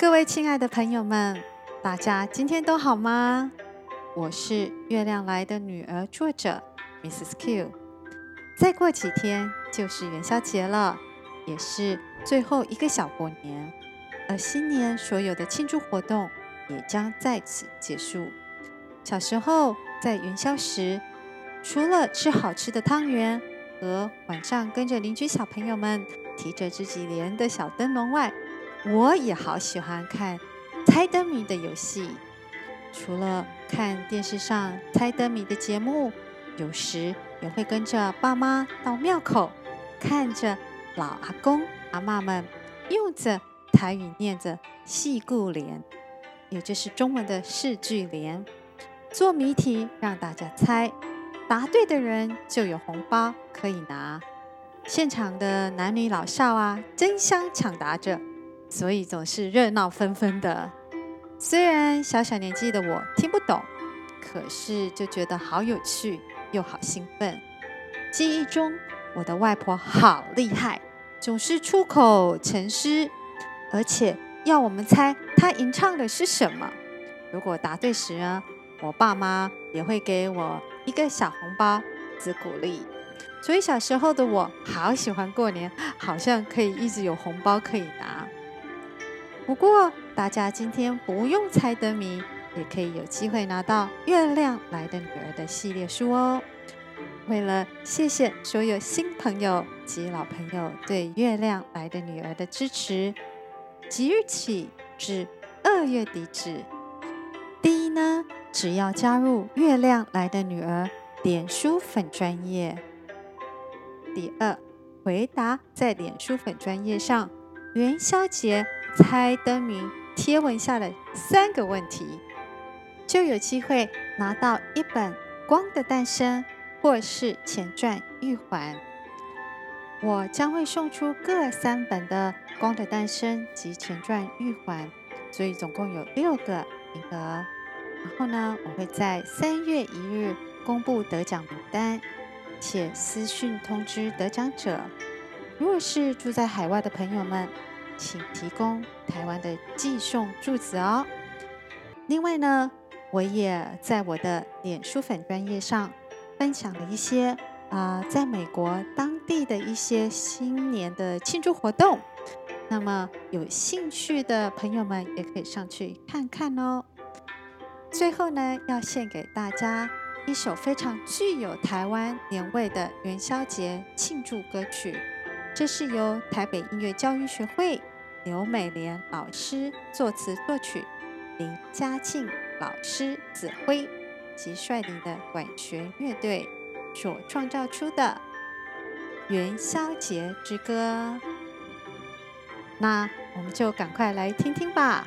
各位亲爱的朋友们，大家今天都好吗？我是月亮来的女儿作者 Mrs. Q。 再过几天就是元宵节了，也是最后一个小过年，而新年所有的庆祝活动也将在此结束。小时候在元宵时，除了吃好吃的汤圆和晚上跟着邻居小朋友们提着自己连的小灯笼外，我也好喜欢看猜灯谜的游戏。除了看电视上猜灯谜的节目，有时也会跟着爸妈到庙口，看着老阿公阿嬷们用着台语念着戏故联，也就是中文的四句联，做谜题让大家猜，答对的人就有红包可以拿。现场的男女老少争相抢答着，所以总是热闹纷纷的。虽然小小年纪的我听不懂，可是就觉得好有趣又好兴奋。记忆中我的外婆好厉害，总是出口成诗，而且要我们猜她吟唱的是什么。如果答对时呢，我爸妈也会给我一个小红包之鼓励。所以小时候的我好喜欢过年，好像可以一直有红包可以拿。不过大家今天不用猜灯谜，也可以有机会拿到《月亮来的女儿》的系列书哦。为了谢谢所有新朋友及老朋友对《月亮来的女儿》的支持，即日起至2月底止，第一呢，只要加入《月亮来的女儿》脸书粉专页；第二，回答在脸书粉专页上元宵节猜灯谜贴文下的3个问题，就有机会拿到一本《光的诞生》或是前传玉环。我将会送出各3本的《光的诞生》及前传玉环，所以总共有6个名额。然后呢，我会在3月1日公布得奖名单，且私讯通知得奖者。如果是住在海外的朋友们，请提供台湾的寄送住址哦。另外呢，我也在我的脸书粉专页上分享了一些在美国当地的一些新年的庆祝活动，那么有兴趣的朋友们也可以上去看看哦。最后呢，要献给大家一首非常具有台湾年味的元宵节庆祝歌曲，这是由台北音乐教育学会刘美莲老师作词作曲，林嘉庆老师指挥及率领的管弦乐队所创造出的元宵节之歌。那我们就赶快来听听吧。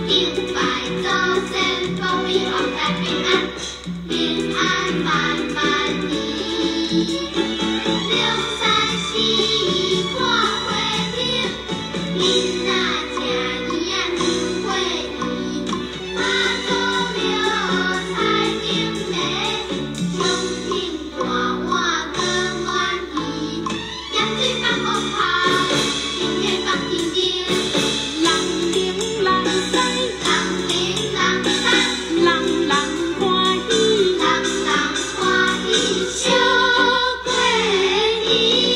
敬拜祖先，保庇后代平安，平安万万年。两山四看花景，囡仔正年啊庆过年，妈祖庙彩金丽，相挺大碗更欢喜，盐水放风炮，天天放天天。人灵人知，人灵人知，人人欢喜，人人欢喜，笑过年。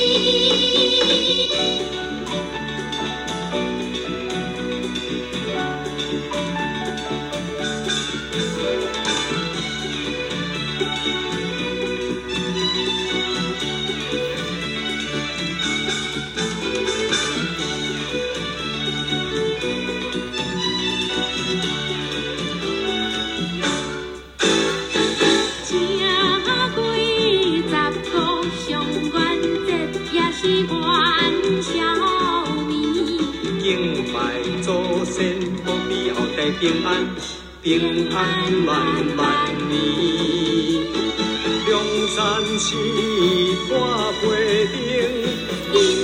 敬拜祖先，保庇后代平安，平安万万年。梁山四看花灯。